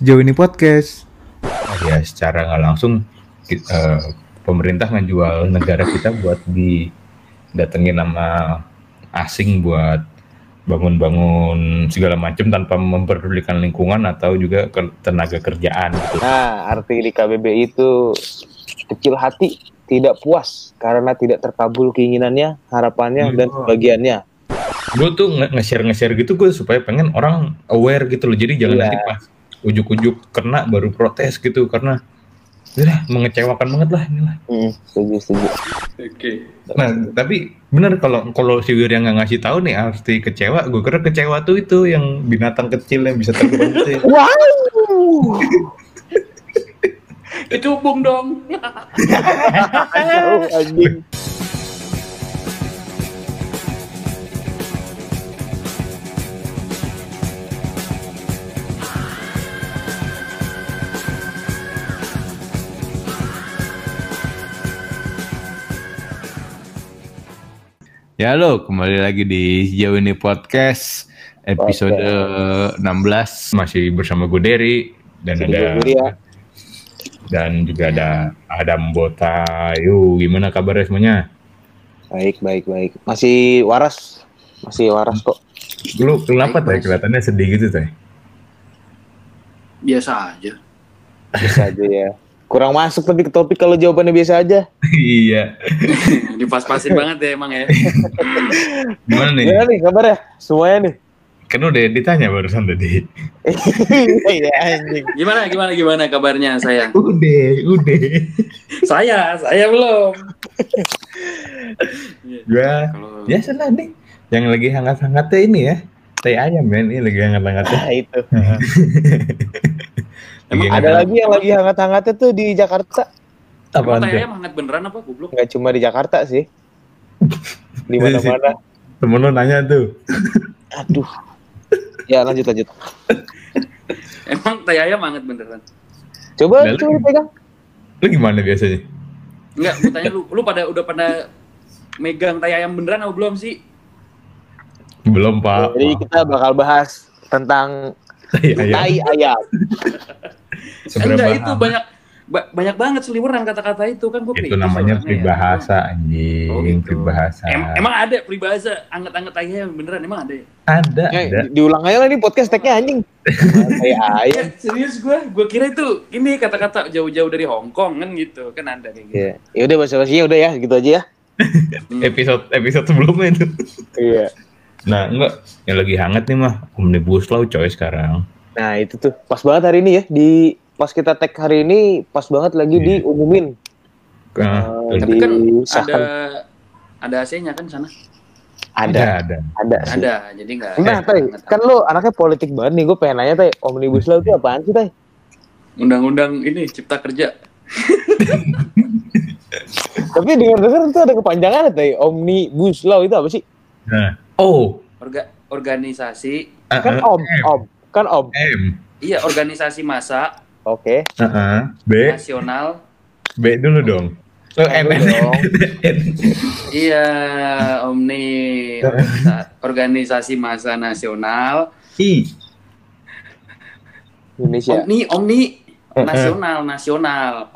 sejauh ini podcast. Ya secara nggak langsung pemerintah ngejual negara kita buat didatengin sama asing buat bangun-bangun segala macam tanpa memperdulikan lingkungan atau juga tenaga kerjaan gitu. Nah, arti di KBBI itu kecil hati, tidak puas karena tidak terkabul keinginannya, harapannya, dan sebagiannya. Gue tuh nge-share gitu gue supaya pengen orang aware gitu loh. Jadi jangan nanti pas ujuk-ujuk kena baru protes gitu karena mengecewakan banget lah inilah. Setuju. Oke. Nah, tapi benar kalau si Wir yang nggak ngasih tahu nih arti kecewa, gue kira kecewa tuh itu yang binatang kecil yang bisa terbang gitu ya. Wow. Kecubung dong. Anjing. Ya lo, kembali lagi di Sejauh Ini Podcast episode 16. Masih bersama gue Derry dan juga ada Adam Botayu. Gimana kabarnya semuanya? Baik. Masih waras kok. Lu kenapa teh kelihatannya sedih gitu teh? Biasa aja ya. Kurang masuk tapi ke topik kalau jawabannya biasa aja. Iya. Dipas-pasin banget ya emang ya. Gimana nih kabarnya semuanya nih? Kan udah ditanya barusan tadi. Iya anjing. Gimana kabarnya sayang? Udah. Saya belum. Gua biasa lah nih. Yang lagi hangat-hangatnya ini ya. Tai ayam men, ini lagi hangat-hangatnya. Itu. Emang ada lagi yang lagi hangat-hangatnya tuh di Jakarta. Emang tai ayam hangat beneran apa goblok? Gak cuma di Jakarta sih. Di mana-mana. Temen lo nanya tuh. Aduh. Ya lanjut. Emang tai ayam hangat beneran? Coba pegang. Lu gimana biasanya? Enggak, gue tanya lu udah pada megang tai ayam beneran atau belum sih? Belum, Pak. Jadi kita bakal bahas tentang tai ayam. Enggak, itu banyak banget seliweran kata-kata itu kan gue itu namanya peribahasa anjing. Oh, gitu. Peribahasa. Emang ada peribahasa anget-anget tai ayam beneran emang ada ya? Ada. Diulang aja lah nih podcast tag-nya anjing. Tai ayam. Serius gue kira itu ini kata-kata jauh-jauh dari Hong Kong kan gitu. Kan ada kayak gitu. Ya udah basa-basinya udah ya, gitu aja ya. episode sebelumnya itu. Iya. Nah, enggak, yang lagi hangat nih mah Omnibus Law coy sekarang. Nah, itu tuh pas banget hari ini ya, pas kita tag hari ini pas banget lagi diumumin. Tapi kan ada AC-nya kan sana. Ada. Jadi enggak. Nah, kan lo anaknya politik banget nih, gue pengen nanya Tay, Omnibus Law itu apaan sih, Tay? Undang-undang ini Cipta Kerja. Tapi dengar-dengar itu ada kepanjangannya, Tay. Omnibus Law itu apa sih? Nah. Organisasi. Kan Om. M. Iya, organisasi massa. Oke. B. Nasional. B dulu dong. N dong. Iya, organisasi massa nasional. I. Indonesia. Omni nasional.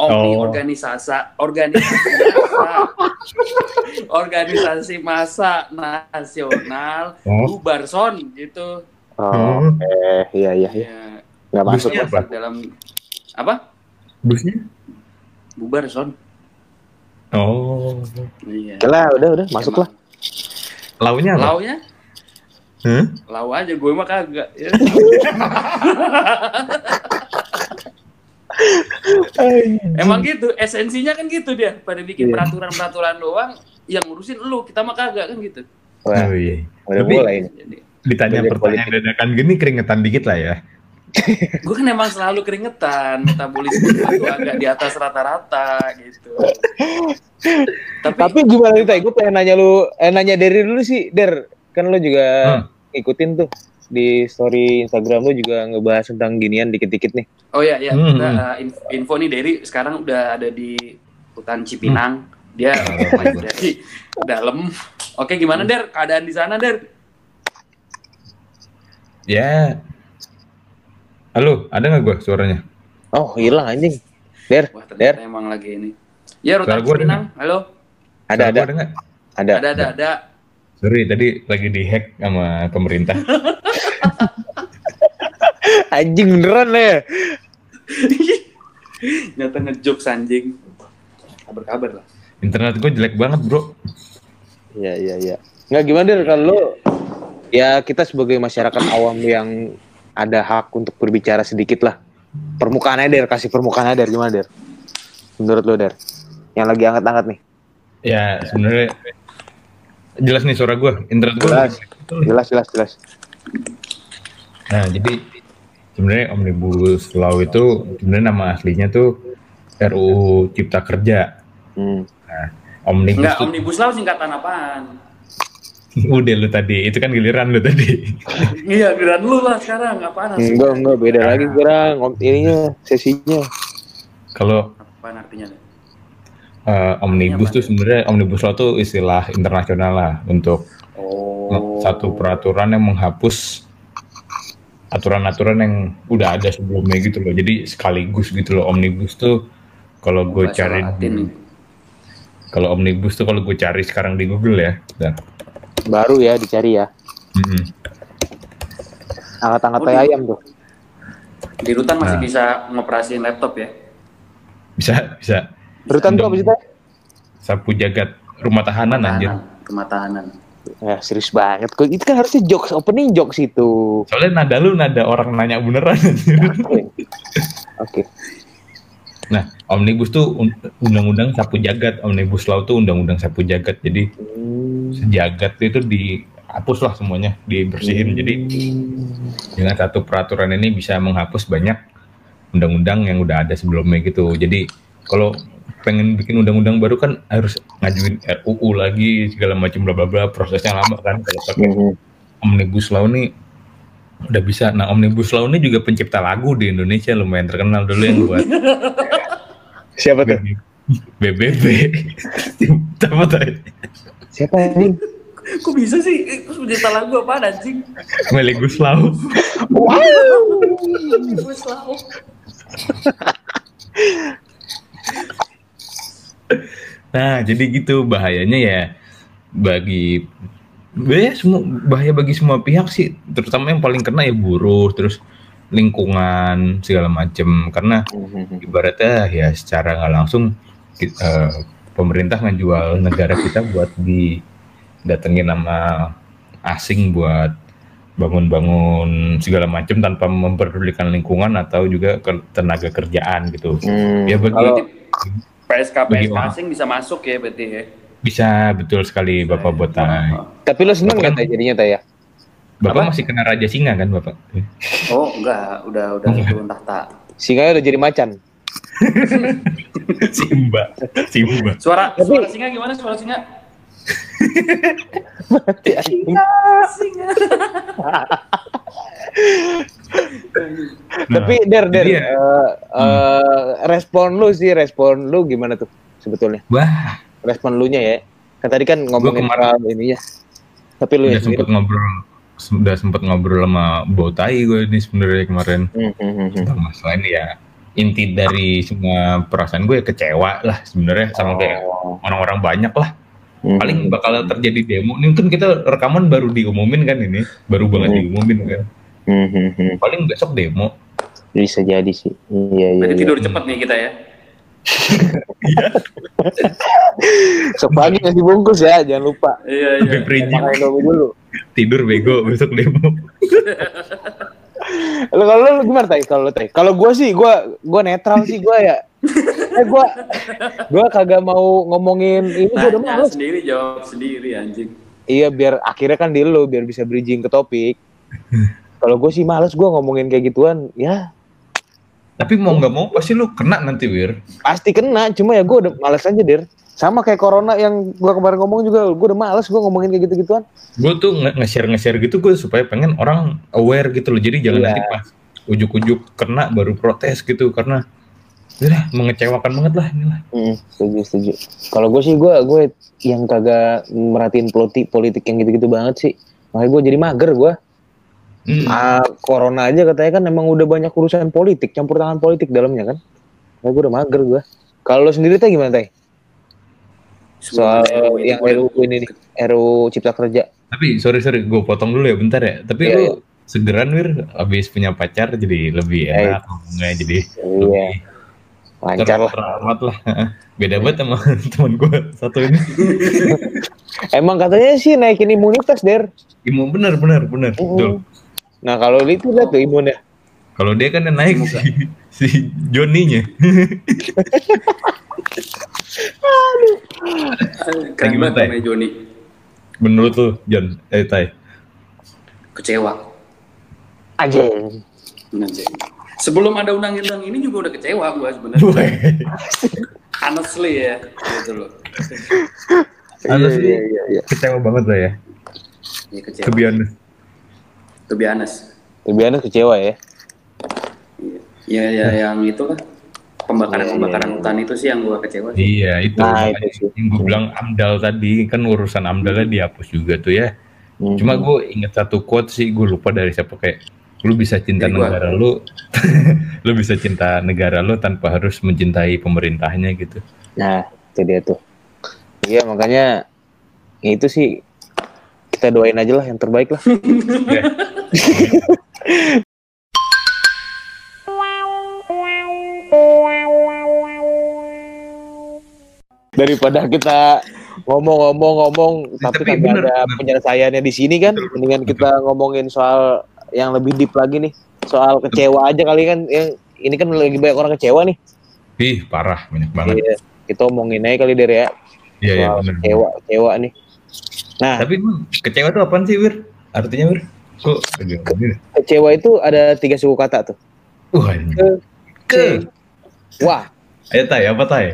Organisasi massa nasional. Bubarson gitu. Iya. Nggak masuk apa? Dalam apa? Busnya? Bubarson. Oh. Iya. Udah masuk lah. Launya apa? Launya? Lau aja, gue mah kagak. Ya. Emang gitu, esensinya kan gitu dia. Pada bikin peraturan-peraturan doang, yang ngurusin lu, kita mah kagak kan gitu. Wah, iya. Udah mulai ini. Ditanya pertanyaan dadakan gini keringetan dikit lah ya. Gue kan emang selalu keringetan, metabolisme gue agak di atas rata-rata gitu. Tapi gimana nih, Tay? Gue pengen nanya dari dulu sih, Der. Kan lo juga ikutin tuh di story Instagram lo juga ngebahas tentang ginian dikit-dikit nih. Oh iya, kita info nih Derry sekarang udah ada di hutan Cipinang. Dia dari dalam. Oke, gimana Der? Keadaan di sana Der? Ya, Halo, ada nggak gue suaranya? Oh, hilang anjing. Der, Wah, Der. ternyata emang lagi ini. Ya, Suara Rutan gue ada Cipinang. nggak? Halo. Ada, Suara ada. gue ada nggak? Ada. Ada. Sorry, tadi lagi dihack sama pemerintah. Anjing beneran ya. Nyata ngejokes anjing. Kabar-kabar lah. Internet gue jelek banget, bro. Iya. Nggak gimana Der kalau lu, ya kita sebagai masyarakat awam yang ada hak untuk berbicara sedikit lah. Permukaannya Der, kasih permukaannya Der gimana Der? Menurut lu Der? Yang lagi angkat-angkat nih. Ya, sebenarnya jelas nih suara gue. Internet gue Jelas. Nah, jadi sebenarnya Omnibus Law itu sebenarnya nama aslinya tuh RUU Cipta Kerja. Nah, Omnibus Enggak, tuh Omnibus Law singkatan apaan? udah lu tadi, itu kan giliran lu tadi. Iya, giliran lu lah sekarang. Apaan sih? Enggak beda lagi sekarang ininya sesinya. Kalau Apaan artinya? Omnibus tuh sebenarnya Omnibus Law tuh istilah internasional lah untuk satu peraturan yang menghapus aturan-aturan yang udah ada sebelumnya gitu loh. Jadi sekaligus gitu loh. Omnibus tuh kalau gue cari kalau Omnibus tuh kalau gue cari sekarang di Google ya. Bentar. Baru ya dicari ya. Angkat-angkat kayak ayam tuh. Di Rutan masih bisa ngoperasiin laptop ya? Bisa. Rutan tuh apa sih, Teh? Sapu jagat rumah tahanan anjir. Rumah tahanan. Ya serius banget. Itu kan harusnya jokes, opening jokes itu. Soalnya nada lu nada orang nanya beneran anjir. Oke. Nah, Omnibus tuh undang-undang sapu jagat. Omnibus Law tuh undang-undang sapu jagat. Jadi sejagat itu dihapus lah semuanya, dibersihin. Jadi dengan satu peraturan ini bisa menghapus banyak undang-undang yang udah ada sebelumnya gitu. Jadi kalau pengen bikin undang-undang baru kan harus ngajuin RUU lagi segala macam bla bla bla, prosesnya lama kan. Kalau pakai Omnibus Law nih udah bisa. Nah, Omnibus Law ini juga pencipta lagu di Indonesia, lumayan terkenal dulu yang buat siapa tuh? BBB. Apa tadi? Siapa ini? Kok bisa sih? Terus pencipta lagu apaan anjing? Melly Goeslaw. Wow. Goeslaw. Nah, jadi gitu bahayanya ya bagi bahaya bagi semua pihak sih, terutama yang paling kena ya buruh, terus lingkungan segala macem, karena ibaratnya ya secara nggak langsung pemerintah ngejual negara kita buat didatengin sama asing buat bangun-bangun segala macam tanpa memperdulikan lingkungan atau juga tenaga kerjaan gitu. Ya Kalau PSK asing bisa masuk ya berarti ya. Bisa, betul sekali Bapak Botai. Tapi lo seneng nggak jadinya Tay ya? Bapak masih kena Raja Singa kan Bapak? Oh enggak, udah turun tahta. Singanya udah jadi macan. Simba. Suara singa gimana suara singa? Singa. Tapi Der, respon lu gimana tuh sebetulnya? Wah, respon lu nya ya. Kan tadi kan ngomongin soal ininya. Tapi lu udah sempet ngobrol sama Botai gue ini sebenarnya kemarin. Tentang masalah ini ya. Inti dari semua perasaan gue ya kecewa lah sebenarnya sama kayak orang-orang banyak lah. Paling bakal terjadi demo. Ini kan kita rekaman baru diumumin kan ini, baru banget diumumin kan. Paling besok demo. Bisa jadi sih. Iya. Berarti tidur cepet nih kita ya. Sok pagi ngasih bungkus ya, jangan lupa. Iya. Makan dulu. Tidur bego besok demo. Kalau lu gimana Tay? Kalau gue sih, gue netral sih gue ya. Gue kagak mau ngomongin ini, gue udah males. Sendiri jawab sendiri anjing. Iya, biar akhirnya kan di lu biar bisa bridging ke topik. Kalau gue sih males gue ngomongin kayak gituan, ya. Tapi mau nggak mau pasti lu kena nanti Wir. Pasti kena, cuma ya gue udah males aja Der. Sama kayak corona yang gue kemarin ngomong juga, gue udah males gue ngomongin kayak gitu-gituan. Gue tuh nge-share gitu gue supaya pengen orang aware gitu loh. Jadi jangan nanti pas ujuk-ujuk kena baru protes gitu, karena udah mengecewakan banget lah inilah. Setuju. Kalau gue sih gue yang kagak merhatiin politik yang gitu-gitu banget sih. Makanya gue jadi mager gue. Corona aja katanya kan emang udah banyak urusan politik, campur tangan politik dalamnya kan. Nah, gue udah mager gue. Kalau lo sendiri teh gimana teh? Soal yang RUU ini nih, RUU Cipta Kerja. Tapi sorry gue potong dulu ya bentar ya. Tapi Iya, lu iya. segeran Wir abis punya pacar jadi lebih enak ngomongnya, jadi Iya. Lancar lah. teramat lah. Beda banget sama teman gue satu ini. Emang katanya sih naikin imunitas, Der. Bener. Betul. Nah, kalau itu lihat tuh imunnya. Kalau dia kan yang naik si Joninya. Keren Gimana, banget Tay? namanya Joni. Menurut lu, John, Tai? Kecewa. Aja. Sebelum ada undang-undang ini juga udah kecewa gue sebenarnya. Honestly ya, gitu loh. Honestly, Iya. kecewa banget lah ya. Ya kecewa. To be honest. Lebihannya kecewa ya. Iya, yang itu lah. Pembakaran hutan itu sih yang gue kecewa sih. Iya, itu. Nah, Makanya itu sih. yang gue bilang AMDAL tadi, kan urusan AMDALnya dihapus juga tuh ya. Cuma gue inget satu quote sih, gue lupa dari siapa, kayak lu bisa cinta Dari gua. negara lu, lu bisa cinta negara lu tanpa harus mencintai pemerintahnya gitu. Nah, itu dia tuh. Iya, makanya itu sih kita doain aja lah yang terbaik lah. Ya. Daripada kita ngomong tapi Tapi kagak bener. ada penyelesaiannya di sini kan, mendingan kita ngomongin soal yang lebih deep lagi nih, soal kecewa aja kali kan. Yang ini kan lagi banyak orang kecewa nih. Ih, parah, banyak banget. Iya, kita omongin aja kali Der ya. Iya, Soal bener. kecewa nih. Nah, Tapi kecewa tuh apaan sih, Wir? Artinya, Wir? Kok gini? kecewa itu ada 3 suku kata tuh. Anjing. Ke. Wah. Ayo Tai, apa Tai?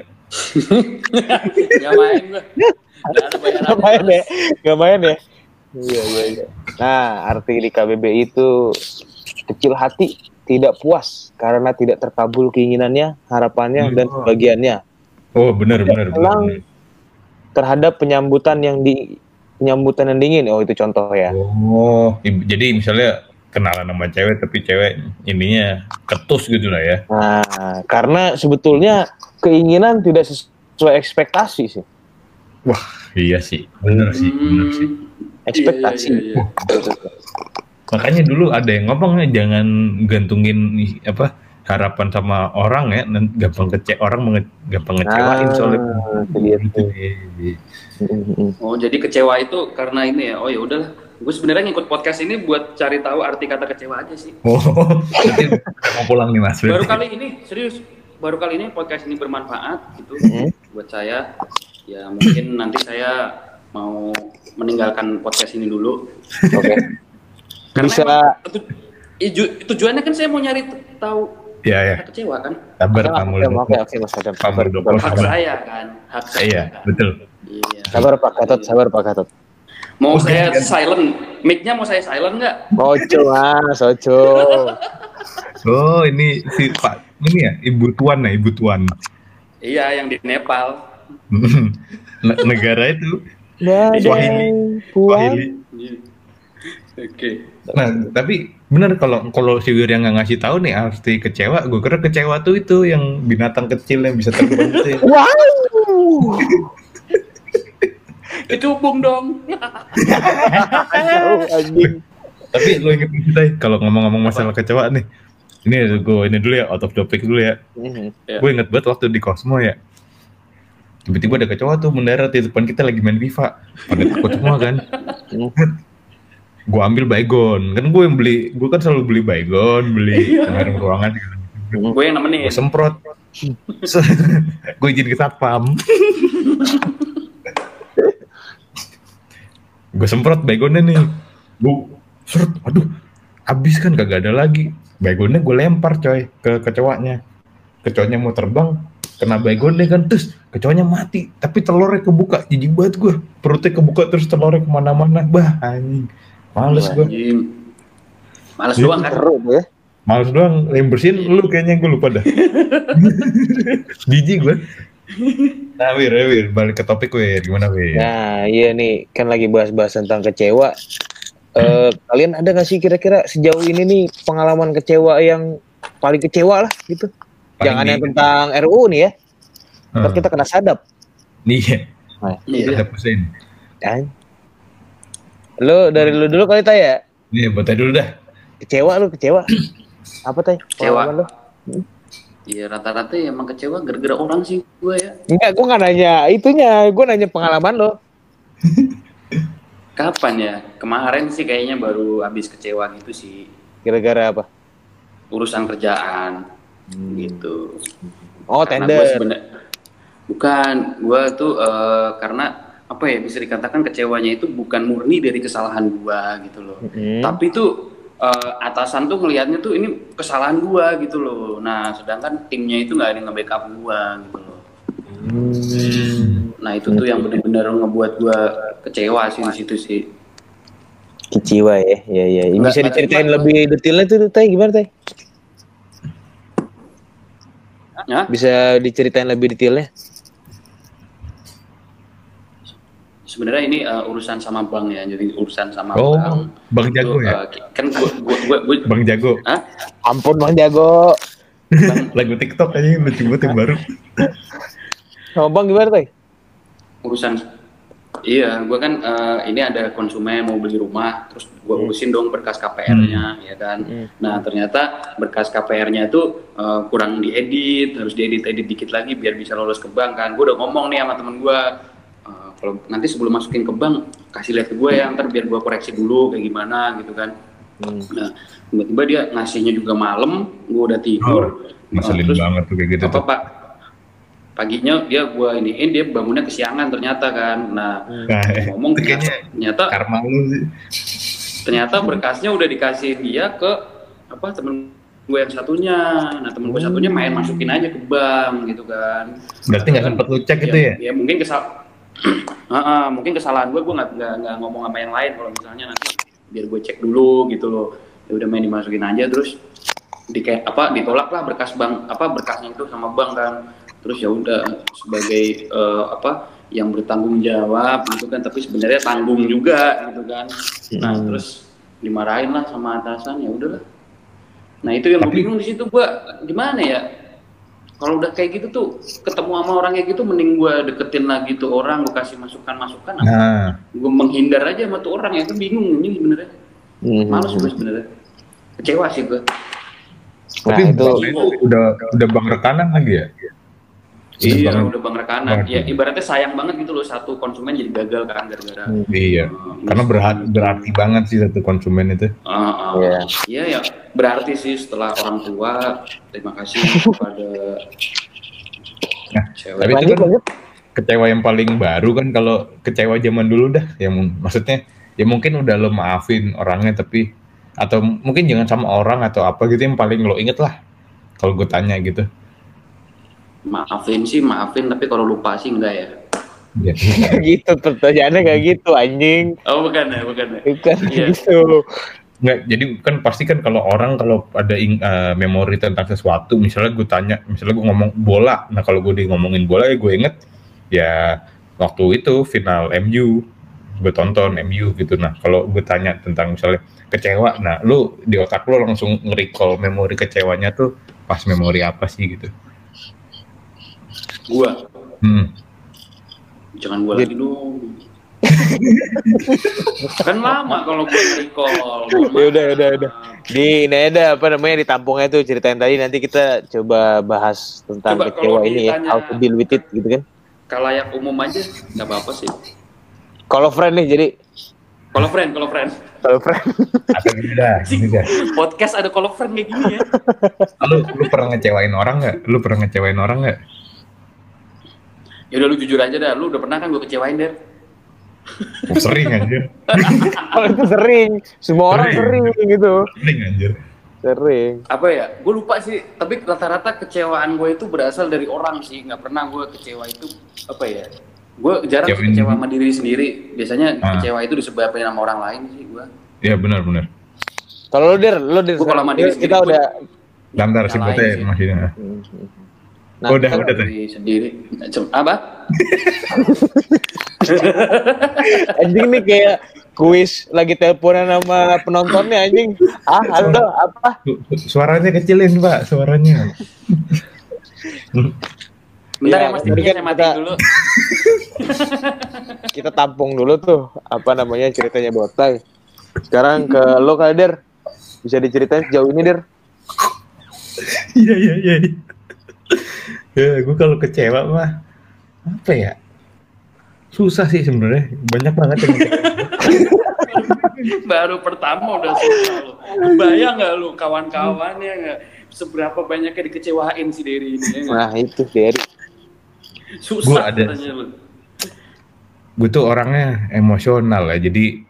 Gak main gue. Gak ada bayaran. Gak main ya. Iya. Nah, arti di KBB itu kecil hati, tidak puas karena tidak terkabul keinginannya, harapannya, dan sebagiannya. Oh, benar. Tenang terhadap penyambutan yang dingin. Oh, itu contoh ya. Oh, jadi misalnya kenalan sama cewek tapi cewek ininya ketus gitu lah ya. Nah, karena sebetulnya keinginan tidak sesuai ekspektasi sih. Wah, iya sih. Bener sih. Ekspektasi. Iya. Makanya dulu ada yang ngomong jangan gantungin harapan sama orang ya, gampang gampang ngecewain soalnya. Gitu. Oh, jadi kecewa itu karena ini ya. Oh ya udahlah. Gue sebenarnya ngikut podcast ini buat cari tahu arti kata kecewa aja sih. Oh, berarti mau pulang nih Mas. Baru kali ini podcast ini bermanfaat gitu buat saya. Ya mungkin nanti saya mau meninggalkan podcast ini dulu. Oke. Karena Bisa. Tujuannya kan saya mau nyari tahu Ya. kecewa kan. Sabar kamu. Oke, Mas Adam. Sabar. Hak saya kan. Hak saya. Iya, kan. betul. Iya. Sabar Pak Gatot. Mau saya silent, mic-nya mau saya silent nggak? Oco. Oh, ini si Pak ini ya, Ibu Tuan. Iya, yang di Nepal. Negara itu Swahili. Oke. Nah, tapi benar kalau si Wir yang nggak ngasih tahu nih arti kecewa, gue kira kecewa tuh itu yang binatang kecil yang bisa terbang itu. Ya. Wow. Kecubung dong. Anjing. Tapi lo inget kita kalau ngomong-ngomong masalah kecewa nih. Ini dulu ya, out of topic dulu ya. Ya. Gue inget banget waktu di Cosmo ya. Tiba-tiba ada kecoa tuh mendarat di depan kita lagi main FIFA. Pada takut semua kan. Gue ambil baygon. Kan gue kan selalu beli baygon, beli pengharum ruangan. Gue yang nemenin. Gue semprot. Gue izin ke satpam. Gue semprot baygonnya nih. Gue serut, aduh, habis kan kagak ada lagi. Baygonnya gue lempar coy ke kecoanya. Kecoanya mau terbang, kena baygonnya kan, terus kecoanya mati. Tapi telurnya kebuka, jijik banget gue. Perutnya kebuka terus telurnya kemana-mana. Bah, anjing. Males gue. Males doang kan? Seru ya. Males doang, yang bersihin lu kayaknya gue lupa dah. Jijik gue. Nah, Wir, balik ke topik Wir, gimana Wir? Nah, iya nih, kan lagi bahas-bahas tentang kecewa. Kalian ada nggak sih kira-kira sejauh ini nih pengalaman kecewa yang paling kecewa lah gitu? Jangan yang tentang RUU nih ya. Ntar kita kena sadap. Iya. Iya. Ada persen. Lo dari lu dulu kali Tay ya? Iya, buat dulu dah. Kecewa. Apa Tay? Kecewa. Pengalaman lo? Iya rata-rata emang kecewa gara-gara orang sih gue ya. Enggak, gue nggak nanya itunya, gue nanya pengalaman lo. Kapan ya? Kemarin sih kayaknya baru habis kecewa gitu sih. Gara-gara apa? Urusan kerjaan gitu. Oh, Karena tender. Bukan, gue tuh karena apa ya bisa dikatakan kecewanya itu bukan murni dari kesalahan gue gitu loh. Tapi tuh atasan tuh ngelihatnya tuh ini kesalahan gue gitu loh. Nah sedangkan timnya itu nggak ada yang nge-backup gue gitu loh. Nah itu tuh yang benar-benar ngebuat gue kecewa sih di situ sih. Kecewa ya, ya. Bisa diceritain lebih detailnya tuh Tay, gimana Tay? Ya? Bisa diceritain lebih detailnya? Sebenarnya ini urusan sama bank ya, jadi urusan sama bank. Bang Jago ya? Kan gue Bang Jago. Hah? Ampun Bang Jago. Lagu TikTok aja lucu banget yang baru. Sama Bang gimana Tay? Urusan, iya, gue kan ini ada konsumen mau beli rumah, terus gue urusin dong berkas KPR-nya, ya kan. Nah ternyata berkas KPR-nya itu kurang diedit, harus diedit dikit lagi biar bisa lolos ke bank kan. Gue udah ngomong nih sama temen gue. Kalau nanti sebelum masukin ke bank kasih lihat ke gue ya, ntar biar gue koreksi dulu kayak gimana gitu kan. Nah tiba-tiba dia ngasihnya juga malam, gue udah tidur. Ngeselin banget tuh kayak gitu tuh. Pak paginya dia dia bangunnya kesiangan ternyata kan. Nah ngomong ternyata karma lu sih. Ternyata berkasnya udah dikasih dia ke temen gue yang satunya. Nah temen gue satunya main masukin aja ke bank gitu kan. Berarti nggak sempet lu cek gitu ya? Ya mungkin mungkin kesalahan gue nggak ngomong sama yang lain. Kalau misalnya nanti biar gue cek dulu gitu loh. Ya udah main dimasukin aja terus ditolak lah berkasnya itu sama bank kan. Terus ya udah sebagai yang bertanggung jawab gitu kan, tapi sebenarnya tanggung juga gitu kan. Nah terus dimarahin lah sama atasan, ya udahlah. Nah itu yang gue bingung di situ, gue gimana ya? Kalau udah kayak gitu tuh ketemu sama orang kayak gitu, mending gue deketin lagi tuh orang, gue kasih masukan gue menghindar aja sama tuh orang. Ya kan bingung ini sebenarnya. Males gue sebenarnya, kecewa sih gue. Tapi itu udah bang rekanan lagi ya? Iya, udah bang rekanan. Ya ibaratnya sayang banget gitu loh, satu konsumen jadi gagal kan gara-gara. Iya. Karena berarti banget sih satu konsumen itu. Iya ya, berarti sih setelah orang tua. Terima kasih kepada cewek. Tapi itu kan kecewa yang paling baru kan. Kalau kecewa zaman dulu dah, yang maksudnya ya mungkin udah lo maafin orangnya tapi atau mungkin jangan sama orang atau apa gitu yang paling lo inget lah. Kalau gue tanya gitu. Maafin, tapi kalau lupa sih enggak ya. Gitu pertanyaannya kayak gitu anjing. Oh bukan ya. Bukan gitu. Nggak, jadi kan pasti kan kalau ada memori tentang sesuatu, misalnya gue tanya, misalnya gue ngomong bola, nah kalau gue ngomongin bola ya gue inget ya waktu itu final MU, gue tonton MU gitu. Nah kalau gue tanya tentang misalnya kecewa, nah lu di otak lu langsung nge-recall memori kecewanya tuh pas memori apa sih gitu. Gua. Jangan gua lagi dong. Kan lama kalau gua recall. Ya udah. Di ini ada ditampungnya tuh ceritain tadi, nanti kita coba bahas tentang kecewa ini ya, how to deal with it gitu kan. Kalayak umum aja enggak apa-apa sih. Kalau friend nih jadi Kalau friend. Ada juga. Podcast ada kalau friend kayak gini ya. Lu pernah ngecewain orang nggak? Ya udah lu jujur aja dah, lu udah pernah kan gue kecewain Der? Sering anjir. Kalau itu sering, semua orang sering gitu. Sering anjir. Sering. Apa ya? Gue lupa sih, tapi rata-rata kecewaan gue itu berasal dari orang sih, nggak pernah gue kecewa itu apa ya? Gue jarang kecewa sama diri sendiri. Biasanya kecewa itu disebabkan sama orang lain sih gue. Iya benar. Kalau lu Der kalau sama diri kita udah lantar sebutnya maksudnya. Nah, udah sendiri. Apa? Anjing nih kayak kuis lagi teleponan sama penontonnya anjing. Halo, apa? Suaranya kecilin, Pak, suaranya. Bentar Iya, ya Mas, tadi tadi kan saya matiin dulu. Kita tampung dulu tuh apa namanya ceritanya Botai. Sekarang ke lo kali Der. Bisa diceritain sejauh ini Der? Iya. Ya, gue kalau kecewa mah apa ya? Susah sih sebenarnya. Banyak banget yang Baru pertama udah susah lu. Bayang nggak lu kawan-kawannya nggak seberapa banyaknya dikecewain si Dery ini ya nggak? Nah itu Derry. Susah Gua ada- katanya lu. gue tuh orangnya emosional ya. Jadi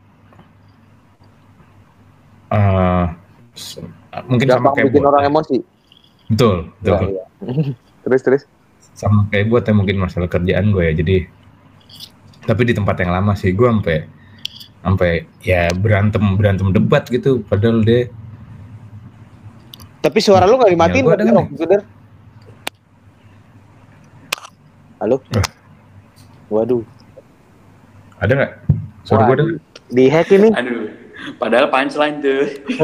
mungkin sama Gampang kayak bikin buat orang emosi. betul. Iya. Terus. Sama kayak buat ya mungkin masalah kerjaan gue ya. Jadi tapi di tempat yang lama sih gue sampai ya berantem debat gitu. Padahal dia Tapi suara lu nggak dimatiin Ya, gua kan ada waktu itu Der? Halo? Waduh. ada nggak suara gue ada? Di hack ini. Aduh, padahal punchline tuh.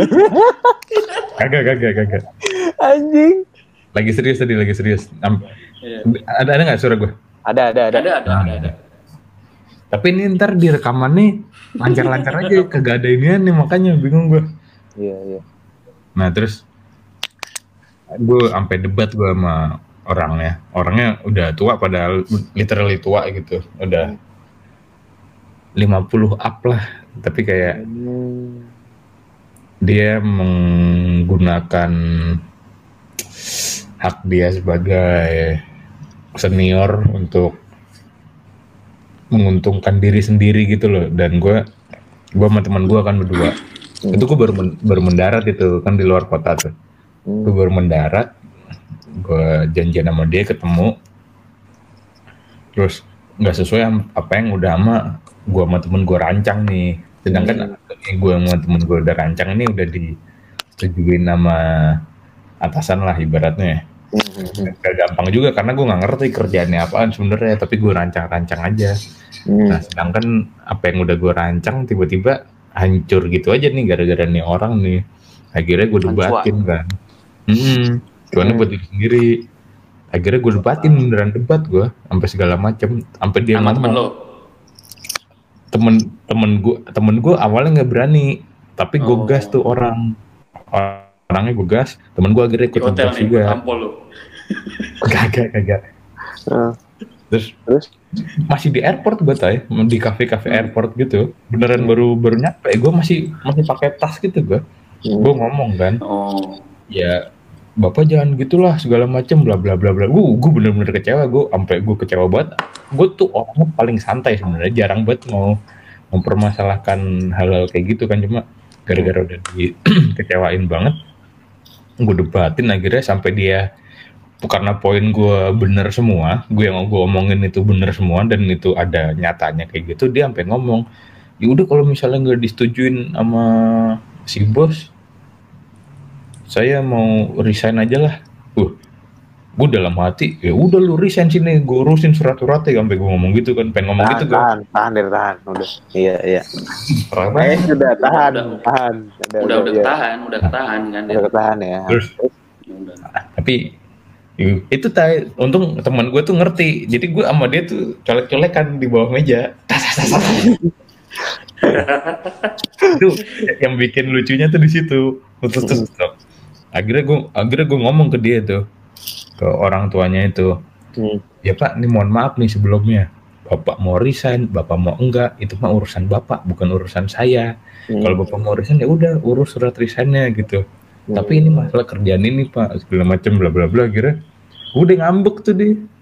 Kagak. Anjing. Lagi serius tadi, lagi serius. Iya. Ada nggak suara gue? Ada. Ada. Tapi ini ntar di rekaman nih lancar-lancar aja, kagak ada inian nih makanya bingung gue. Iya. Nah terus gue sampai debat gue sama orangnya udah tua, padahal literally tua gitu, udah 50 up lah, tapi kayak dia menggunakan hak dia sebagai senior untuk menguntungkan diri sendiri gitu loh. Dan gue sama teman gue kan berdua itu gue baru mendarat itu kan di luar kota tuh. Gue baru mendarat, gue janjian sama dia ketemu, terus nggak sesuai apa yang udah gue sama temen gue rancang nih. Sedangkan gue sama temen gue udah rancang ini udah disetujuin sama atasan lah ibaratnya. Gak gampang juga karena gue nggak ngerti kerjaannya apaan sebenarnya, tapi gue rancang-rancang aja. Nah sedangkan apa yang udah gue rancang tiba-tiba hancur gitu aja nih gara-gara nih orang nih. Akhirnya gue debatin kan. Cuman buat diri sendiri. Akhirnya gue debatin, beneran debat gue sampai segala macem, sampai dia Sama temen ngomong. lo. Temen gue awalnya nggak berani, tapi gue gas tuh orangnya gue gas. Temen gue akhirnya Di ikut hotel gas nih, juga. tampol lo. Kagak. Terus masih di airport gue di kafe airport gitu. Beneran baru nyampe. Gue masih pakai tas gitu gue. Gue ngomong kan, Oh. ya bapak jangan gitulah segala macem bla bla bla bla. Gue bener-bener kecewa. Gue kecewa banget. Gue tuh orangnya paling santai sebenarnya, jarang banget mau mempermasalahkan hal-hal kayak gitu kan, cuma gara-gara udah dikecewain banget, gue debatin akhirnya sampai dia, karena poin gue bener semua, gue omongin itu bener semua dan itu ada nyatanya kayak gitu, dia sampai ngomong, ya udah kalau misalnya nggak disetujuin sama si bos, saya mau resign aja lah. Gue dalam hati, ya udah lu resign sini, gue urusin surat-suratnya, sampai gue ngomong gitu kan, pengen ngomong gitu kan. Tahan, udah. Iya. Udah Tahan. Udah ketahan kan dia. Udah ketahan ya. Terus, Udah. tapi itu untung teman gue tuh ngerti, jadi gue sama dia tuh colek-colekan di bawah meja. Itu yang bikin lucunya tuh di situ. Terus akhirnya gue ngomong ke dia tuh, ke orang tuanya itu, ya Pak, ini mohon maaf nih sebelumnya, Bapak mau resign, Bapak mau enggak, itu mah urusan Bapak, bukan urusan saya. Kalau Bapak mau resign ya udah urus surat resignnya gitu. Tapi ini masalah kerjaan ini Pak, segala macam bla bla bla. Kira udah ngambek tuh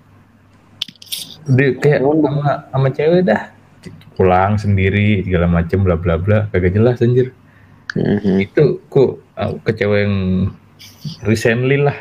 dia kayak sama cewek dah, pulang sendiri segala macam bla bla bla, kagak jelas anjir. Itu kok kecewa yang recently lah.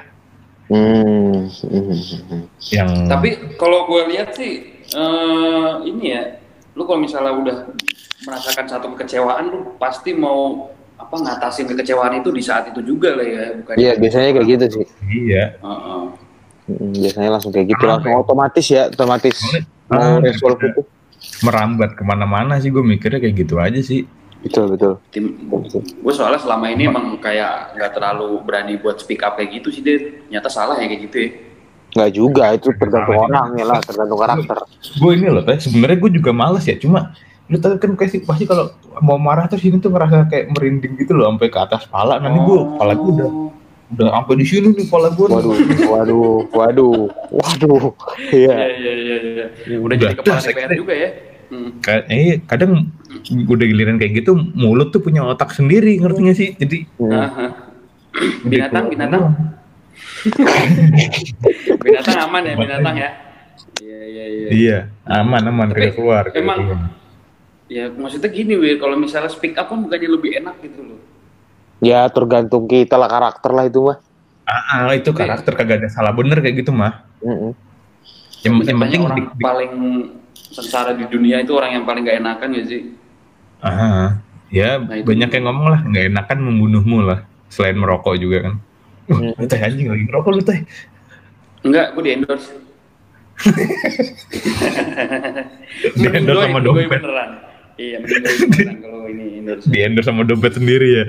Yang Tapi kalau gue lihat sih ini ya, lu kalau misalnya udah merasakan satu kekecewaan, lu pasti mau ngatasin kekecewaan itu di saat itu juga lah ya, bukan? Iya, biasanya kayak gitu sih. Iya. Biasanya langsung kayak gitu, langsung otomatis mau resolve itu. merambat kemana-mana sih, gue mikirnya kayak gitu aja sih. Betul. Gue soalnya selama ini emang kayak nggak terlalu berani buat speak up kayak gitu sih, Dit. Ternyata salah ya kayak gitu ya. Nggak juga, itu tergantung orangnya lah, tergantung karakter. Gue ini loh, sebenarnya gue juga males ya, cuma lu tahu kan pasti kalau mau marah terus ini tuh ngerasa kayak merinding gitu loh sampai ke atas kepala. Nanti gue kepala gue udah sampai di sini nih kepala gue. Waduh. Iya. Udah jadi kepala DPR juga ya. Kadang udah giliran kayak gitu, mulut tuh punya otak sendiri, ngerti gak sih? Jadi binatang binatang aman ya, binatang ya. Iya, aman kayak keluar. Emang ya maksudnya gini Wir, kalau misalnya speak up kan bukannya lebih enak gitu loh. Ya tergantung kita lah, karakter lah itu mah. Itu karakter, kagak ada salah bener kayak gitu mah. Yang penting orang paling sengsara di dunia itu orang yang paling gak enakan ya sih. Ya nah, banyak yang ngomong lah gak enakan membunuhmu lah, selain merokok juga kan. Lu teh anjing lagi ngerokok lu teh. Enggak, gue di endorse. Di endorse sama dompet. Beneran. Iya, beneran kalau ini endorse. Di endorse sama dompet sendiri ya.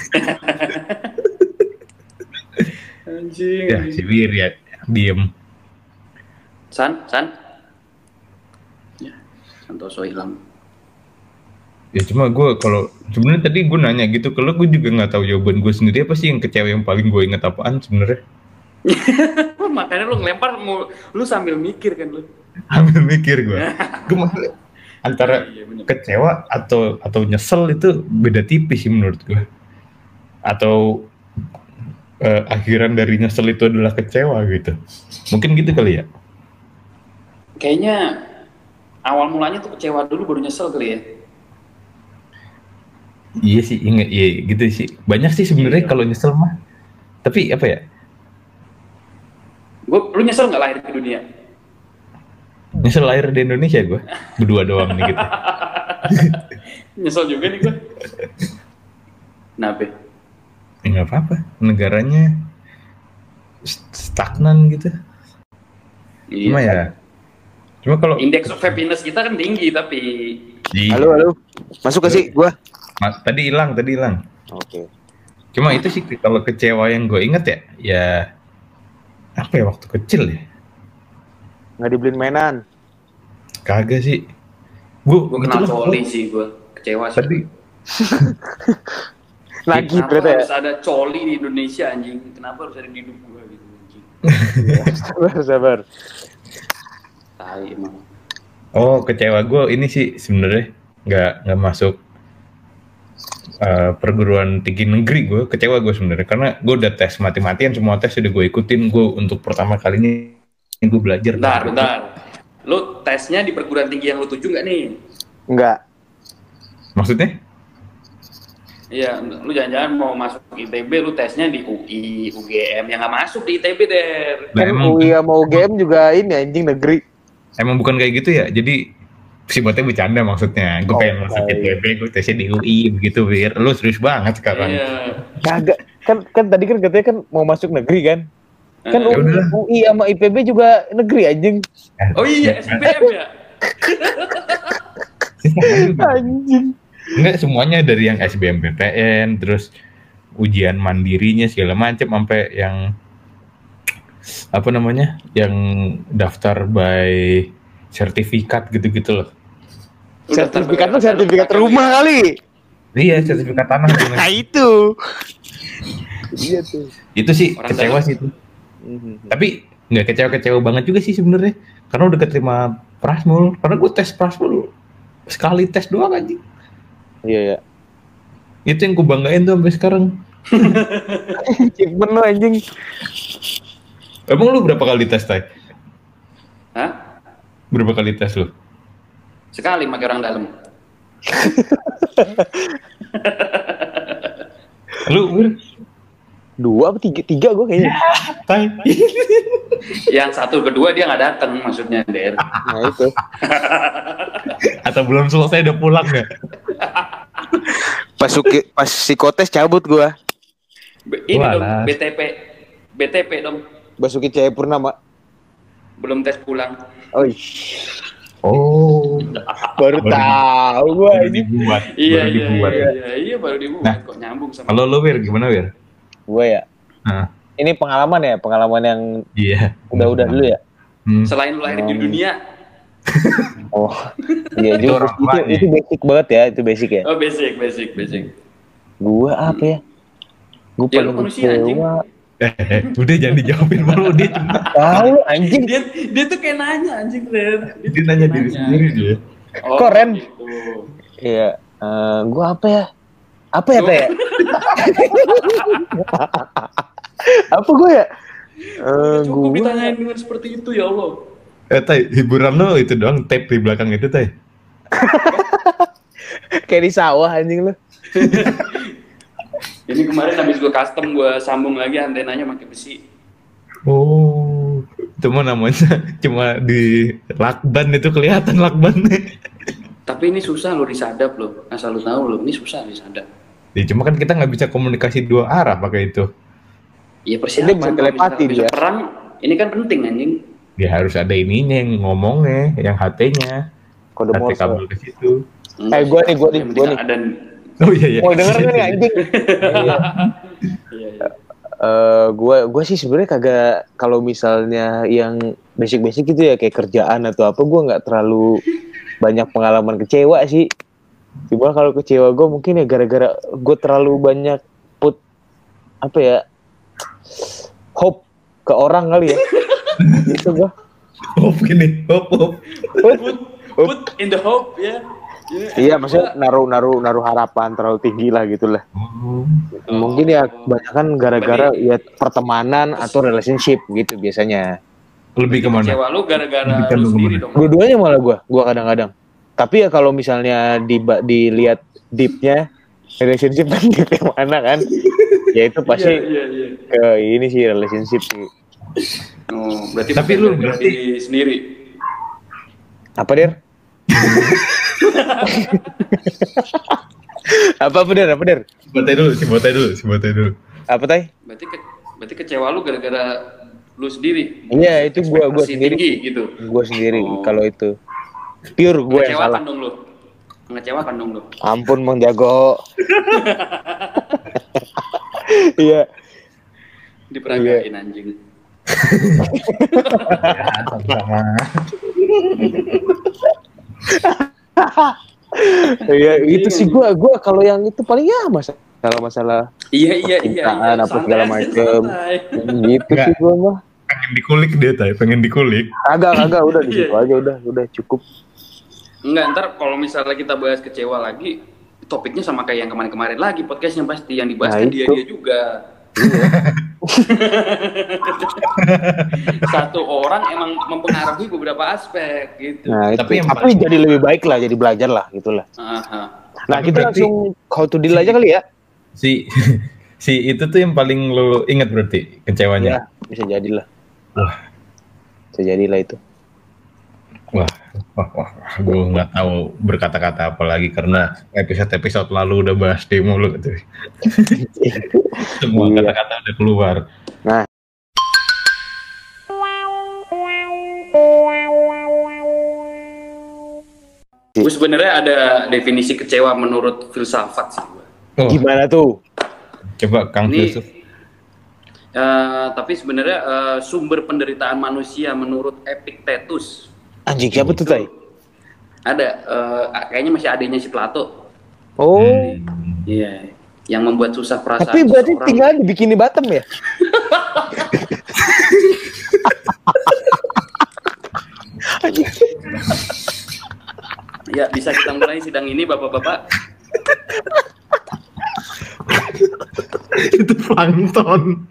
Anjing. Ya, si Wir ya, diem. San. Ya, Santoso hilang. Ya cuma gue kalau sebenarnya tadi gue nanya gitu, kalau gue juga nggak tahu jawaban gue sendiri apa sih yang kecewa yang paling gue inget apaan sebenarnya. Makanya lu ngelempar, lu sambil mikir kan lu. Sambil mikir gue maksudnya antara kecewa atau nyesel itu beda tipis sih menurut gue. Atau akhiran dari nyesel itu adalah kecewa gitu. Mungkin gitu kali ya. Kayaknya awal mulanya tuh kecewa dulu baru nyesel kali ya. Iya sih, iya gitu sih. Banyak sih sebenarnya kalau nyesel mah. Tapi apa ya? Lu nyesel nggak lahir ke dunia? Nyesel lahir di Indonesia gue. Berdua doang nih gitu. Nyesel juga nih gue. Kenapa? Ya nggak apa-apa. Negaranya stagnan gitu. Iya. Cuma kalau indeks of happiness kita kan tinggi tapi. Halo. Masuk ke sih gue? Tadi hilang. Oke. Cuma itu sih kalau kecewa yang gue inget ya apa ya waktu kecil ya? Nggak dibeliin mainan? Kagak sih. Gue kenal coli sih gue, kecewa sih. Tadi. Lagi berarti ya? Harus ada coli di Indonesia anjing. Kenapa harus ada di hidup gue gitu anjing? Sabar. Tai emang. Oh kecewa gue ini sih sebenarnya nggak masuk perguruan tinggi negeri. Gue kecewa gue sebenarnya karena gue udah tes mati-matian, semua tes udah gue ikutin. Gue untuk pertama kalinya gue belajar. Bentar. Lu tesnya di perguruan tinggi yang lu tuju nggak nih? Enggak. Maksudnya? Iya, lu jangan-jangan mau masuk ITB, lu tesnya di UI, UGM, yang nggak masuk di ITB deh. Kan UI sama UGM juga ini anjing negeri. Emang bukan kayak gitu ya? Jadi sifatnya bercanda maksudnya. Gue pengen masuk ITB, gue tesnya di UI begitu, biar lu serius banget sekarang. Iya. Kagak. Kan tadi kan katanya kan mau masuk negeri kan? Kan UI sama IPB juga negeri anjing. Oh iya, SBM ya? Anjing. Enggak, semuanya dari yang SBMPTN, terus ujian mandirinya segala macam sampai yang apa namanya? Yang daftar by sertifikat gitu-gitu loh. Sertifikat tuh sertifikat rumah kali. Iya, sertifikat tanah. Nah itu. Iya tuh. Itu sih orang kecewa sih itu. Tapi nggak kecewa banget juga sih sebenarnya, karena udah keterima Prasmul. Karena gue tes Prasmul sekali tes doang aja. Iya. Itu yang gue banggain tuh sampai sekarang. Achievement lo anjing. Emang lu berapa kali tes, Tai? Hah? Berapa kali tes lu? Sekali pakai orang dalam. Lu 2 apa 3 gue kayaknya. Yang 1 kedua dia nggak datang maksudnya Der. Nah itu. Atau belum selesai udah pulang ya? Pas psikotes cabut gue. Ini dong BTP dong. Basuki Cahayapurnama. Belum tes pulang. Oh Oh, Baru tahu gue baru ini. dibuat. Iya baru iya dibuat. iya baru dibuat Nah, kok nyambung sama. Kalau lo Wir gimana Wir? Gue ya. Nah, Ini pengalaman yang iya. udah dulu ya. Selain lo lahir di dunia. Oh, iya Itu juga. orang tua nih. Itu basic banget ya, itu basic ya. Oh basic. Gue apa ya? Gue Ya, lu paling manusia, anjing. kecewa. Udah jangan dijawabin malu dia cuma Tahu anjing. Dia tuh kayak nanya anjing Ren. dia nanya diri sendiri dia. Oh, Keren. Gitu. Iya, gue apa ya? Apa ya teh? Apa gue ya? Cukup Gue ditanyain dengan seperti itu ya Allah. Tai, hiburan lo itu doang tape di belakang itu Tai. kayak di sawah anjing lu. Ini kemarin habis gue custom gue sambung lagi antenanya pakai besi. Oh, itu mah namanya cuma di lakban itu kelihatan lakbannya. Tapi ini susah lo disadap lo. Asal lo tahu lo, ini susah disadap. Ya, cuma kan kita nggak bisa komunikasi dua arah pakai itu. Iya Ini persiapan. main Kalau telepati misalkan bisa dia. perang, ini kan penting anjing. Ya harus ada ininya yang ngomongnya, yang HT-nya, Kode HT Morse. kabel ke situ. Gue nih. Ada. Oh iya. Mau denger nggak nih anjing? Iya. Gue sih sebenarnya kagak, kalau misalnya yang basic itu ya kayak kerjaan atau apa, gue nggak terlalu banyak pengalaman kecewa sih. Cuma kalau kecewa gue mungkin ya gara-gara gue terlalu banyak put apa ya, hope ke orang kali ya. Gitu gue. Hop gini, hop. Put in the hope ya. Iya, maksudnya naruh harapan terlalu tinggi lah gitulah. Oh. Mungkin ya kebanyakan gara-gara ya pertemanan atau relationship gitu biasanya. Lebih kemana? Kecewa lu gara-gara Bukan lu lu sendiri kemana? dong. Dua-duanya malah gue kadang-kadang. Tapi ya kalau misalnya dilihat deepnya relationship kan deep yang mana kan? Ya itu pasti Iya. ke ini sih relationship sih. Oh, berarti Tapi bukan lu gara-gara berarti- diri sendiri. Apa Der? Apa Der? Si botai dulu. Apa Tai? Berarti kecewa lu gara-gara lu sendiri. Iya, itu gua Ekspektasi sendiri. tinggi gitu. Gue sendiri Oh. kalau itu. Pure gue yang salah. Mengecewakan dong lu. Ampun Mang Jago. Iya. Diperagain anjing. Sama. Iya, itu sih gue kalau yang itu paling ya masalah Iya. cintaan apa segala Santai aja, macem. santai. Gitu Enggak. sih gue mah. Pengen dikulik dia Tai, pengen dikulik. Kagak udah di Iya, situ aja udah cukup. Enggak, ntar kalau misalnya kita bahas kecewa lagi, topiknya sama kayak yang kemarin-kemarin lagi podcastnya pasti yang dibahas Nah, kan itu. dia juga. Satu orang emang mempengaruhi beberapa aspek gitu. Nah, Tapi yang tapi jadi lebih baik lah, jadi belajar lah gitulah. Aha. Nah, Tapi kita berarti- langsung how to deal aja kali ya. Si itu tuh yang paling lo ingat berarti kecewanya. Ya, bisa jadilah. Wah. Bisa jadilah itu. Wah, gue nggak tahu berkata-kata apa lagi karena episode lalu udah bahas demo lo gitu. Semua Iya. kata-kata udah keluar. Nah, Gue sebenarnya ada definisi kecewa menurut filsafat sih gue. Oh, gimana tuh? coba Kang Ini- Yusuf. Tapi sebenarnya sumber penderitaan manusia menurut Epictetus Anjing siapa tuh, Tai? ada, kayaknya masih adanya si Plato. Oh, Iya, yang membuat susah perasaan tapi berarti seseorang. tinggal di Bikini Bottom ya? Anjing. Ya, bisa kita mulai sidang ini, bapak-bapak. Itu plankton.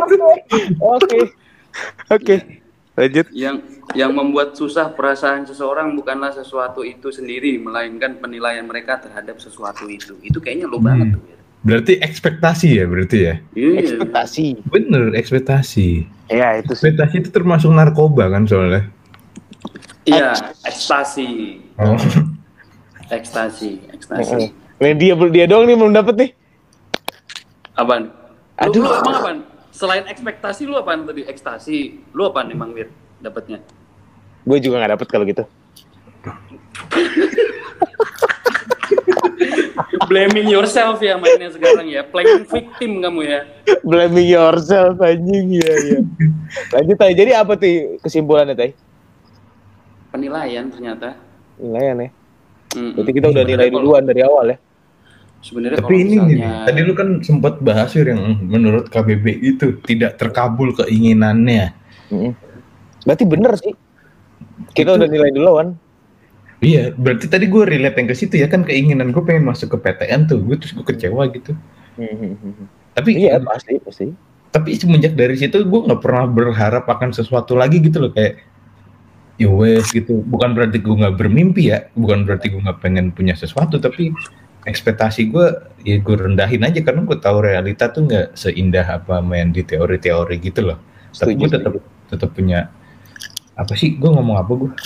Oke. Lanjut. Yang membuat susah perasaan seseorang bukanlah sesuatu itu sendiri, melainkan penilaian mereka terhadap sesuatu itu. Itu kayaknya lo banget tuh. Ya. Berarti ekspektasi ya berarti ya? Iya. Ekspektasi. Bener, ekspektasi. Ya, itu sih. Ekspektasi itu termasuk narkoba kan soalnya. Iya, ekstasi. Oh. Ekstasi. Nah, dia doang nih belum dapet nih. Apaan? Aduh. Lu emang apaan? Selain ekspektasi lu apaan tadi? Ekstasi. Lu apaan emang Wir dapatnya? Gue juga nggak dapet kalau gitu. Blaming yourself ya mainnya sekarang ya. Playing victim kamu ya. Blaming yourself anjing ya. Lanjut Tay. Jadi apa tuh kesimpulannya Tay? Penilaian ternyata. Penilaian ya. Mm-mm. Berarti kita udah nilai duluan dari awal ya. Sebenarnya Tapi kalau ini nih, misalnya tadi lu kan sempat bahas Wir, yang menurut KBB itu tidak terkabul keinginannya. Berarti bener sih. Kita udah nilai duluan. Iya, berarti tadi gue relate yang ke situ ya, kan keinginan gue pengen masuk ke PTN tuh, gue terus gue kecewa gitu. Tapi Iya pasti. Tapi semenjak dari situ gue nggak pernah berharap akan sesuatu lagi gitu loh, kayak ya wes gitu. Bukan berarti gue nggak bermimpi ya, bukan berarti gue nggak pengen punya sesuatu, tapi ekspektasi gue ya gue rendahin aja karena gue tahu realita tuh nggak seindah apa main di teori-teori gitu loh. Tapi gue tetap punya apa sih, gue ngomong apa gue?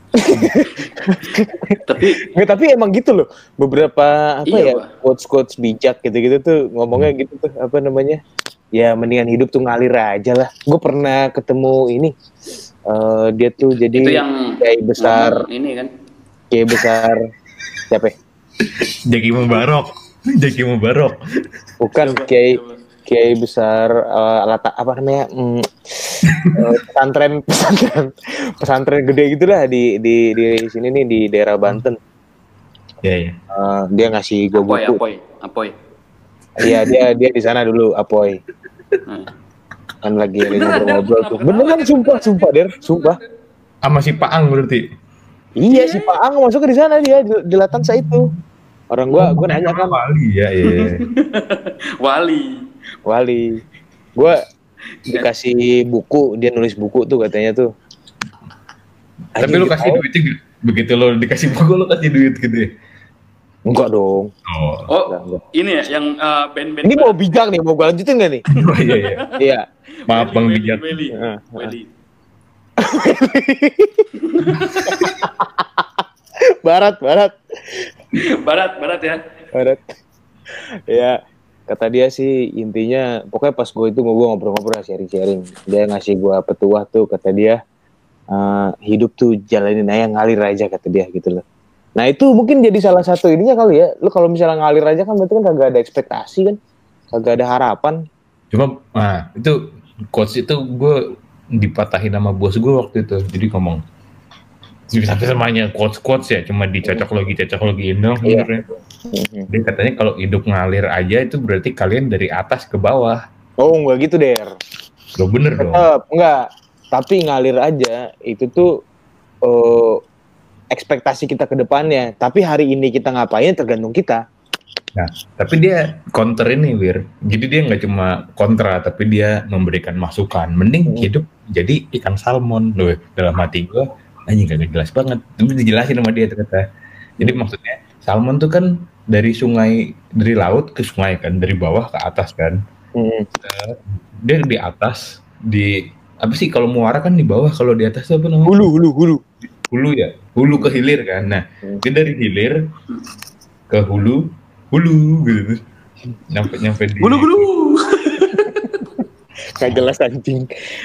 tapi emang gitu loh, beberapa apa Iya, ya quotes bijak gitu-gitu tuh ngomongnya gitu tuh, apa namanya, ya mendingan hidup tuh ngalir aja lah. Gue pernah ketemu ini, dia tuh jadi itu yang kiai besar ini kan, kiai besar siapa ya? Jaki Mubarok bukan kiai besar apa namanya, pesantren gede gitulah di sini nih di daerah Banten. Iya. Dia ngasih gue buku. Apoy. Iya, dia di sana dulu, Apoy. Kan lagi ngobrol-ngobrol tuh. Beneran sumpah Der, sumpah. Sama si Paang berarti. Iya, si Paang masuk ke di sana, dia di Latansa itu. Orang gua nanya kan. Wali ya. Wali. Gua dikasih buku, dia nulis buku tuh katanya tuh. Tapi lu kasih duit juga. Begitu lo dikasih buku lo kasih duit gitu ya? Enggak dong. Enggak. Ini ya yang band-band. Ini mau bijak nih, mau gua lanjutin nggak nih? Oh iya. Iya. Maaf Bang Bijak. Weli. Barat ya. Barat. Ya, kata dia sih intinya, pokoknya pas gue itu gue ngobrol-ngobrol sharing, dia ngasih gue petuah tuh, kata dia hidup tuh jalanin aja, ngalir aja kata dia gitu loh. Nah itu mungkin jadi salah satu ininya kali ya, lu kalau misalnya ngalir aja kan berarti kan kagak ada ekspektasi kan, kagak ada harapan. Cuma itu quotes itu gue dipatahin sama bos gue waktu itu, jadi ngomong sampai semuanya quotes ya, cuma dicocok lagi dong. Iya. Dia katanya kalau hidup ngalir aja itu berarti kalian dari atas ke bawah. Oh enggak gitu Der. Lo bener dong. Enggak, tapi ngalir aja itu tuh ekspektasi kita ke depannya, tapi hari ini kita ngapain tergantung kita. Nah, tapi dia counter ini Wir, jadi dia nggak cuma kontra, tapi dia memberikan masukan. Mending hidup jadi ikan salmon loh. Dalam hati gue anjing gak jelas banget, tapi dijelasin sama dia ternyata. Jadi maksudnya salmon tuh kan dari sungai, dari laut ke sungai kan, dari bawah ke atas kan. Dia di atas, di apa sih, kalau muara kan di bawah, kalau di atas tuh apa namanya? Hulu ya, hulu ke hilir kan. Nah, dia dari hilir ke hulu gitu, nyampe di hulu. Gak jelas anjing.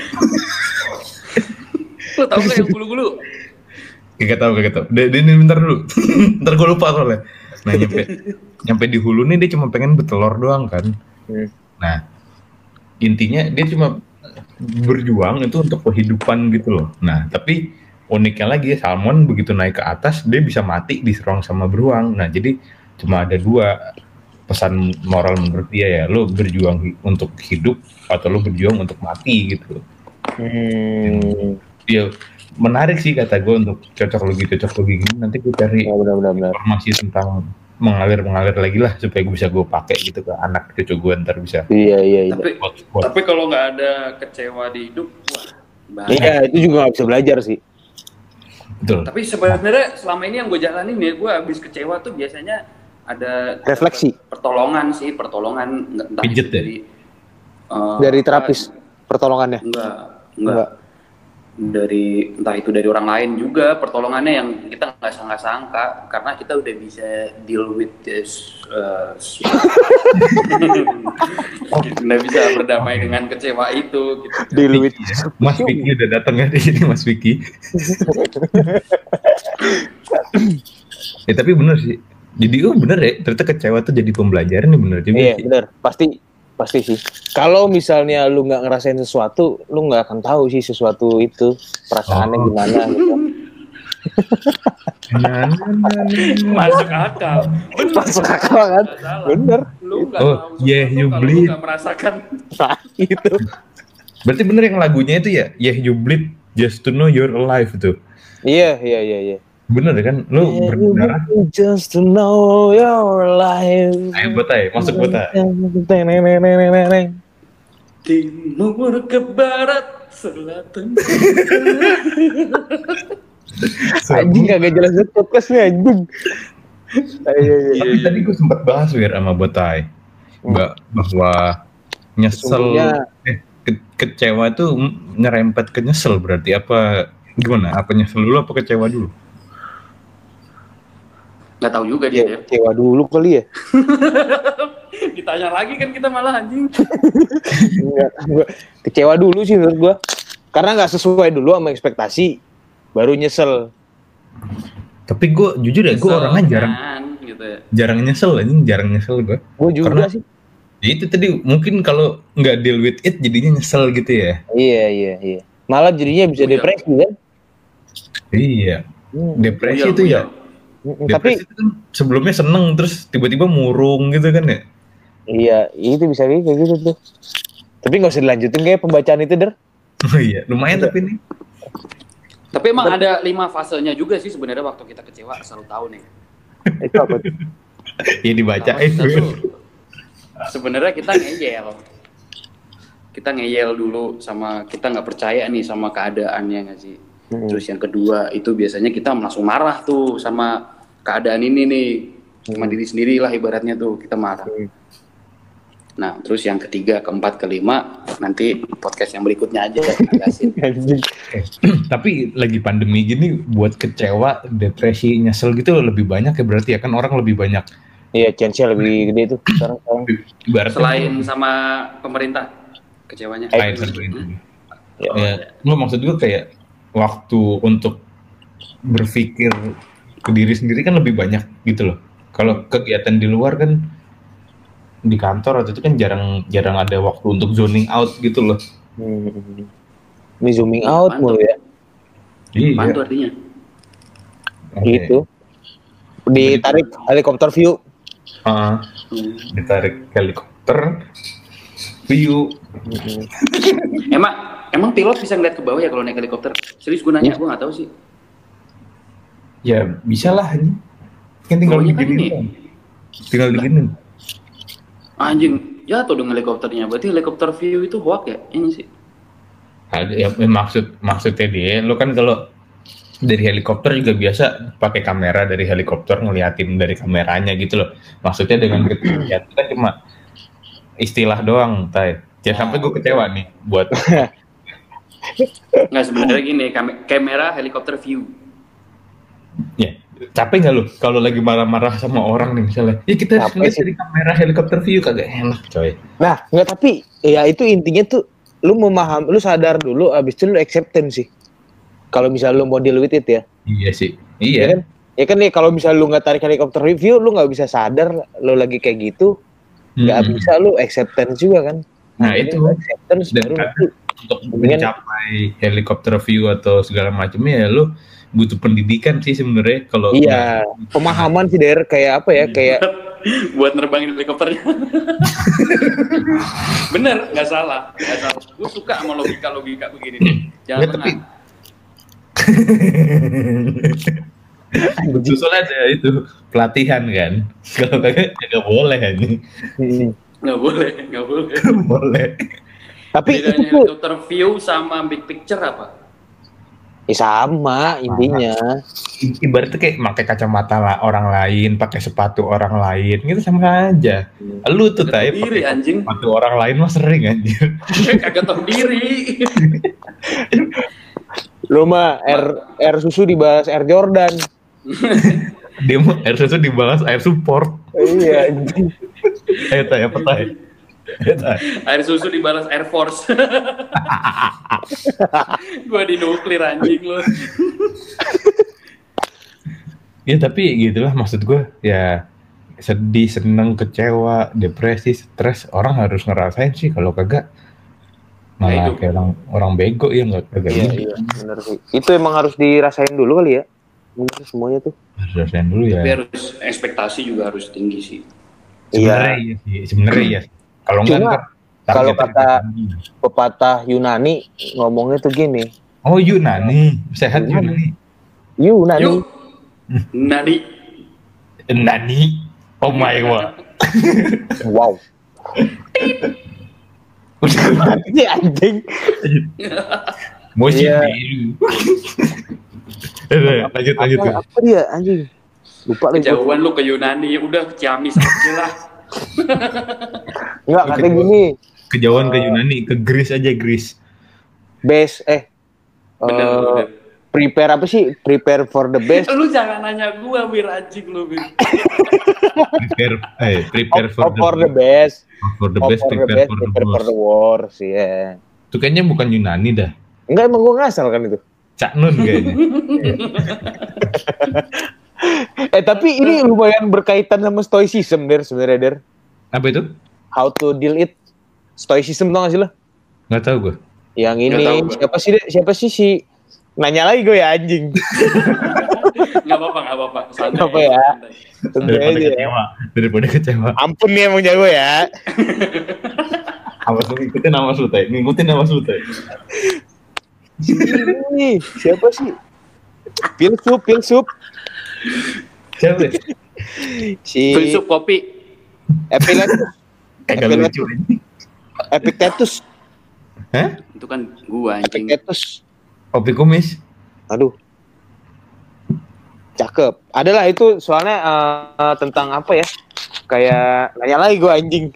Lo tau gak yang gulu-gulu? Gak tau. Ini bentar dulu. Ntar gue lupa soalnya. Nah nyampe di hulu nih dia cuma pengen bertelur doang kan. Nah intinya dia cuma berjuang itu untuk kehidupan gitu loh. Nah tapi uniknya lagi salmon begitu naik ke atas dia bisa mati diserang sama beruang. Nah jadi cuma ada dua pesan moral menurut dia ya. Lo berjuang untuk hidup atau lo berjuang untuk mati gitu loh. Ya menarik sih kata gue untuk cocok logi gini. Nanti gue cari informasi tentang mengalir lagi lah supaya gue bisa gue pakai gitu ke anak cucu gue ntar bisa. Iya. Tapi kalau nggak ada kecewa di hidup, wah. Iya itu juga nggak bisa belajar sih. Betul. Tapi sebenarnya selama ini yang gue jalanin ya, gue habis kecewa tuh biasanya ada refleksi, pertolongan entah pijet ya? Dari terapis pertolongannya. Enggak. Dari entah itu dari orang lain juga pertolongannya yang kita nggak sangka karena kita udah bisa deal with this nggak bisa berdamai dengan kecewa itu gitu. Deal with Mas Vicky udah datang ya di sini Mas Vicky. Ya tapi bener sih. Jadi bener ya, ternyata kecewa tuh jadi pembelajaran nih, bener juga Iya sih. bener, pasti sih. Kalau misalnya lu nggak ngerasain sesuatu, lu nggak akan tahu sih sesuatu itu perasaannya gimana gitu. Nah. Masuk akal. Bener. Masuk akal kan? Nggak salah. Bener. Lu nggak Oh, tahu yeah, sesuatu you kalau lu bleed. nggak merasakan. Nah, gitu. Berarti bener yang lagunya itu ya, Yeah You Bleed Just to Know You're Alive itu. Iya. Bener kan? Lu berdarah. Just to know you're alive. Ayo botai, masuk botai. Timur ke barat, selatan. Anjing kagak jelas banget podcastnya anjing. Tapi tadi gue sempat bahas sama botai bahwa nyesel, Sesungguhnya- kecewa itu nyerempet ke nyesel, berarti apa? Gimana? Apa nyesel dulu apa kecewa dulu? Nggak tahu juga dia. Ya. Kecewa dulu kali ya. Ditanya lagi kan kita malah anjing. Enggak, kecewa dulu sih menurut gua. Karena nggak sesuai dulu sama ekspektasi, baru nyesel. Tapi gue jujur ya, gue orangnya Gitu ya. jarang nyesel gue. Gue juga Karena- sih. Ya itu tadi mungkin kalau nggak deal with it jadinya nyesel gitu ya. Iya. Malah jadinya bisa Iya. depresi kan. Iya. Depresi itu ya. Tapi Depresi itu kan sebelumnya seneng terus tiba-tiba murung gitu kan ya. iya, itu bisa kayak gitu tuh. Tapi nggak usah dilanjutin kayak pembacaan itu, Der. Oh iya, lumayan tapi nih. Tapi emang ada 5 fasenya juga sih sebenarnya waktu kita kecewa, asal lu tahu nih. Itu apa tuh? Ya dibacain. Kita tuh sebenarnya kita ngeyel. Kita ngeyel dulu sama kita nggak percaya nih sama keadaannya nggak sih. Terus yang kedua itu biasanya kita langsung marah tuh sama keadaan ini nih, sama diri sendiri lah ibaratnya tuh kita marah. Nah terus yang ketiga, keempat, kelima nanti podcast yang berikutnya aja jelasin. Tapi lagi pandemi gini buat kecewa, depresi, nyesel gitu lebih banyak ya, berarti ya kan orang lebih banyak. Iya, chance-nya lebih gede tuh sekarang. Ibaratnya Selain sama pemerintah kecewanya. selain itu. Ya. Ya, lu maksud gue kayak waktu untuk berpikir ke diri sendiri kan lebih banyak gitu loh. Kalau kegiatan di luar kan di kantor atau itu kan jarang ada waktu untuk zoning out gitu loh. Ini zooming out mulu ya. Apaan tuh artinya? Oke. Gitu. Ditarik helikopter view. Ditarik helikopter view. Emang pilot bisa ngeliat ke bawah ya kalau naik helikopter? Serius gue nanya, gue nggak tahu sih. Ya bisa lah ini. Kan tinggal Bawahnya kan diginin. ini. Tinggal diginin. Anjing, jatuh dong helikopternya. Berarti helikopter view itu hoax ya? Ini sih. Ya, maksudnya dia, lu kan kalau dari helikopter juga biasa pakai kamera dari helikopter ngeliatin dari kameranya gitu loh. Maksudnya dengan ketinggian itu kan cuma istilah doang, Tay. Jangan sampai gue kecewa nih buat Nggak, sebenarnya gini, kamera helikopter view. ya. Capek nggak lu kalau lagi marah-marah sama orang nih misalnya? Ya kita Capek lihat sih. dari kamera helikopter view kagak enak, coy. Nah, enggak, tapi ya itu intinya tuh lu lu sadar dulu, abis itu lu acceptance sih. Kalau misalnya lu mau deal with it ya. Iya sih. Ya kan? Iya. Ya kan nih kalau misalnya lu nggak tarik helikopter review, lu nggak bisa sadar lu lagi kayak gitu. Nggak bisa lu acceptance juga kan. Nah, jadi itu. lu acceptance Dan baru kan nanti. untuk Mendingan- mencapai helikopter view atau segala macamnya ya lu butuh pendidikan sih sebenarnya kalau Iya, pemahaman sih Der, kayak apa ya? Kayak Buat nerbangin helikopternya. Bener, nggak salah. Gue suka sama logika begini nih. Jangan Nggak, tapi soalnya ada itu pelatihan kan. Kalau kagak boleh ini. Nggak boleh. Boleh. tapi itu Bedanya tuh helikopter view sama big picture apa? ya sama intinya. Ibaratnya kayak pakai kacamata orang lain, pakai sepatu orang lain, gitu sama aja. Lu tuh Kagak tay tahu diri, pakai anjing. sepatu orang lain mah sering anjir. Kagak tahu diri. Lu mah air susu dibalas air Jordan. Dia mau air susu dibalas air support. Iya, anjing. Ayo tay apa tay? Ayo, tay. Air susu dibalas Air Force. Gua di nuklir anjing lu. Ya tapi gitulah maksud gue ya, sedih, seneng, kecewa, depresi, stres orang harus ngerasain sih, kalau kagak Ya malah itu. kayak orang orang bego ya, nggak kagak Iya, hidup. iya, bener sih. Itu emang harus dirasain dulu kali ya. Bener semuanya tuh. Harus rasain dulu Tapi ya. harus ekspektasi juga harus tinggi sih. Sebenarnya Iya. iya sih, sebenarnya iya. Kalau enggak Cuma ntar kalau targetnya kata udah tinggi. pepatah Yunani ngomongnya tuh gini. Oh Yunani, sehat Yunani. Yunani. Yuk, Nadi. Nani, oh my god. Wow. Udah Ini anjing. mochi Iya. biru. Lanjut lanjut. Apa dia anjing? Lupa lagi. Kejauhan lu ke Yunani, udah ke Ciamis aja lah. Enggak, katanya gini. Kejauhan ke Yunani, ke Greece aja, Greece. Best Bener, bener. prepare apa sih? Prepare for the best. Lu jangan nanya gua, Bir, anjing lu, Bir. Prepare Hope for the best. for the Hope best, for the best, prepare for the worst. Ya. Itu kayaknya bukan Yunani dah. Enggak, emang gua ngasal kan itu. Cak Nun kayaknya. Tapi ini lumayan berkaitan sama stoicism sebenarnya Der. Apa itu? How to deal it. Stoicism tau gak sih lo? Nggak tahu gue. Yang ini Nggak tahu gua. siapa sih si nanya lagi gue ya anjing. Nggak apa-apa. Santai. Apa ya? Santai. Santai aja ya. Daripada kecewa. Ampun nih emang jago ya. Awas lu, ngikutin awas lu teh. Ini siapa sih? Pilsup. Siapa? Si Filsuf kopi. Lucu. Epictetus. Hah? Itu kan gua, anjing. Epictetus. Kopi kumis. Aduh. Cakep. Adalah itu soalnya tentang apa ya? Kayak nanya lagi gue anjing.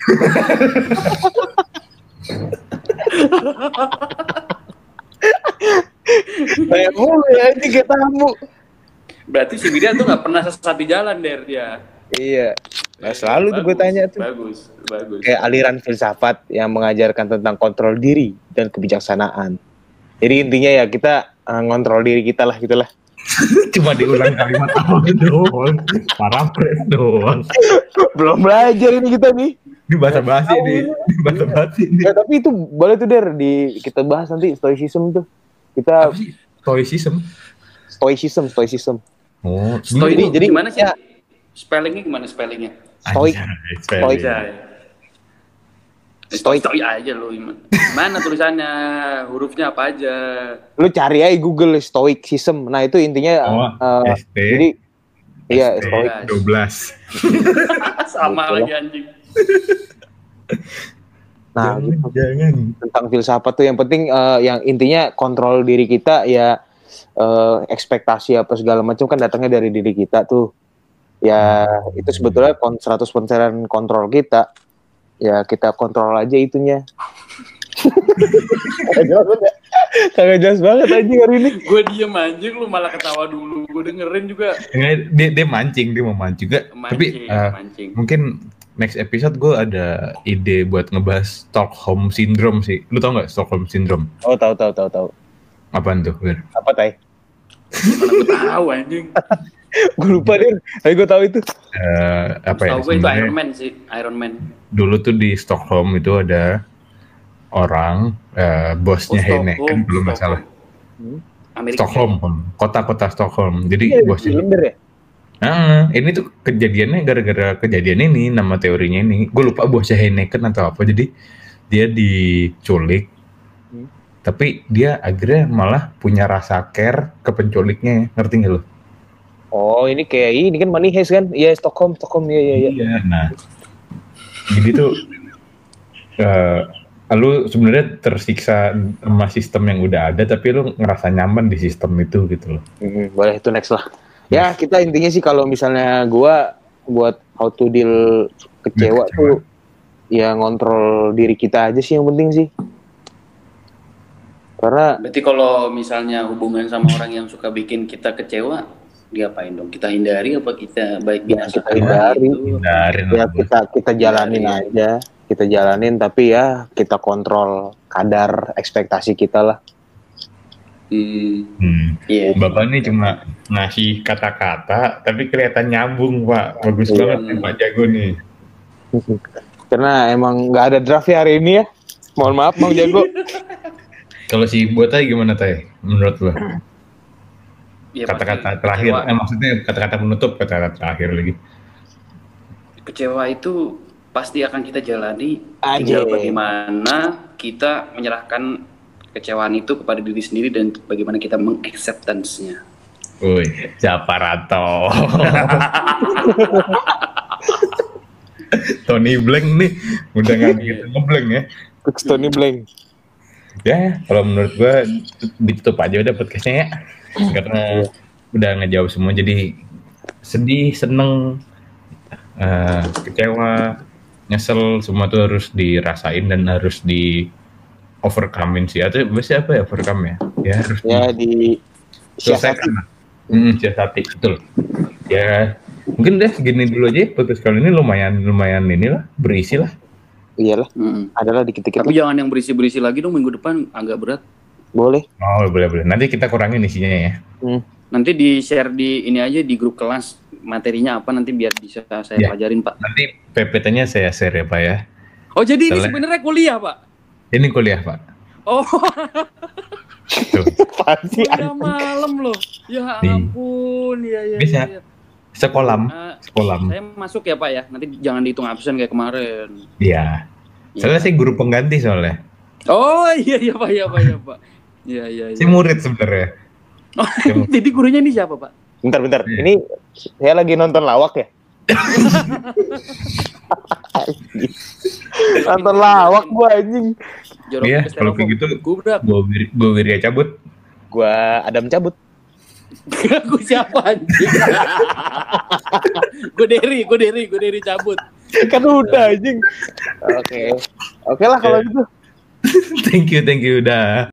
Kayak mulu ya anjing kayak tamu. Berarti si Widya tuh nggak pernah sesat di jalan, Der, dia. Iya. Nah, selalu tuh gue tanya tuh. Bagus. Kayak aliran filsafat yang mengajarkan tentang kontrol diri dan kebijaksanaan. Jadi intinya ya kita ngontrol diri kita lah gitulah. Cuma diulang kalimat awal doang. Paraphrase doang. Belum belajar ini kita nih. Ini bahasa basi nih. Ya, tapi itu boleh tuh Der kita bahas nanti stoicism tuh. Kita Apa sih? stoicism. Oh, Stoik itu jadi gimana sih? ya. Spellingnya gimana spellingnya? Stoik. Stoik. Stoik aja lo. Mana tulisannya? Hurufnya apa aja? Lu cari aja Google stoicism. Nah itu intinya ST. jadi iya stoik. 12. Sama Betul. lagi anjing. Nah Jangan. tentang filsafat tuh yang penting yang intinya kontrol diri kita ya, ekspektasi apa segala macam kan datangnya dari diri kita tuh. Ya itu sebetulnya 100% kontrol kita. Ya kita kontrol aja itunya. Kagak jelas banget anjing hari ini. Gue diem anjing, lu malah ketawa dulu. Gue dengerin juga. Dia mancing, dia mau mancing juga. Tapi Mancing. mungkin next episode gue ada ide buat ngebahas Stockholm Syndrome sih. Lu tau nggak Stockholm Syndrome? Oh tahu. Apaan tuh, Wir? Apa tay? Mana gue tahu anjing. Gue lupa deh. Tapi gue tahu itu. Apa ya? Tahu gue itu sebenarnya Iron Man sih, Iron Man. dulu tuh di Stockholm itu ada orang bosnya Heineken belum masalah. Amerika. Stockholm, kota-kota Stockholm. Jadi Iya, bosnya. bener ya. Ini tuh kejadiannya gara-gara kejadian ini, nama teorinya ini. Gue lupa bosnya Heineken atau apa. Jadi dia diculik. Tapi dia akhirnya malah punya rasa care ke penculiknya, ngerti nggak lo? Oh ini kayak ini kan Money Heist kan? Iya Stockholm iya. Iya, nah. Jadi tuh lu sebenarnya tersiksa sama sistem yang udah ada, tapi lu ngerasa nyaman di sistem itu gitu loh. Boleh itu next lah. Ya kita intinya sih kalau misalnya gua buat how to deal kecewa tuh ya ngontrol diri kita aja sih yang penting sih. Karena Berarti kalau misalnya hubungan sama orang yang suka bikin kita kecewa, diapain dong? Kita hindari apa kita baik binasa? kita hindari. Hindarin Ya lah. kita jalanin aja. Kita jalanin tapi ya kita kontrol kadar ekspektasi kita lah. Iya. Bapak ini cuma ngasih kata-kata, tapi kelihatan nyambung, Pak. Bagus banget nih Pak Jago nih. Karena emang nggak ada draft ya hari ini ya. Mohon maaf Bang Jago. Kalau si Botai gimana Tay? Menurut lo? Iya, Kata-kata pasti terakhir, kecewa. maksudnya kata-kata penutup, kata-kata terakhir lagi. Kecewa itu pasti akan kita jalani. Anjay. Tinggal bagaimana kita menyerahkan kekecewaan itu kepada diri sendiri dan bagaimana kita mengacceptance-nya. Woi, Japarato. Tony Blank nih, udah nggak gitu ngeblank ya. Coach Tony Blank. Ya, kalau menurut gua ditutup aja udah podcastnya ya. Karena udah ngejawab semua, jadi sedih, seneng, kecewa, nyesel, semua tuh harus dirasain dan harus di overcome sih. Atau biasanya apa ya overcome ya? Ya harus Ya di siasati. selesaikan. Siasati, betul. Ya mungkin deh segini dulu aja ya, podcast kali ini lumayan inilah, berisi lah. Iyalah, Mm-mm. adalah dikit-dikit. Tapi jangan yang berisi-berisi lagi dong, minggu depan agak berat. Boleh. Oh boleh. Nanti kita kurangin isinya ya. Nanti di-share di ini aja di grup kelas materinya apa, nanti biar bisa saya Ya. pelajarin, Pak. Nanti PPT-nya saya share ya Pak ya. Oh, jadi ini Soalnya- sebenarnya kuliah, Pak? Ini kuliah Pak. Oh, Tuh. Pasti udah malam loh. Ya Nih. ampun, iya. Bisa. Sekolam. Saya masuk ya, Pak ya. Nanti jangan dihitung absen kayak kemarin. Iya. Soalnya saya guru pengganti soalnya. Oh, iya Pak, Pak. Iya. Saya murid sebenarnya. Oh, jadi gurunya ini siapa, Pak? Bentar. Iya. Ini saya lagi nonton lawak ya. Nonton lawak gua anjing. Jorok Iya, ke kalau kayak gitu gubrak. gue Wirya cabut. Gua Adam cabut. Gue siapa anjing? Gue Derry cabut. Kan udah anjing. Oke lah kalau gitu. Thank you udah.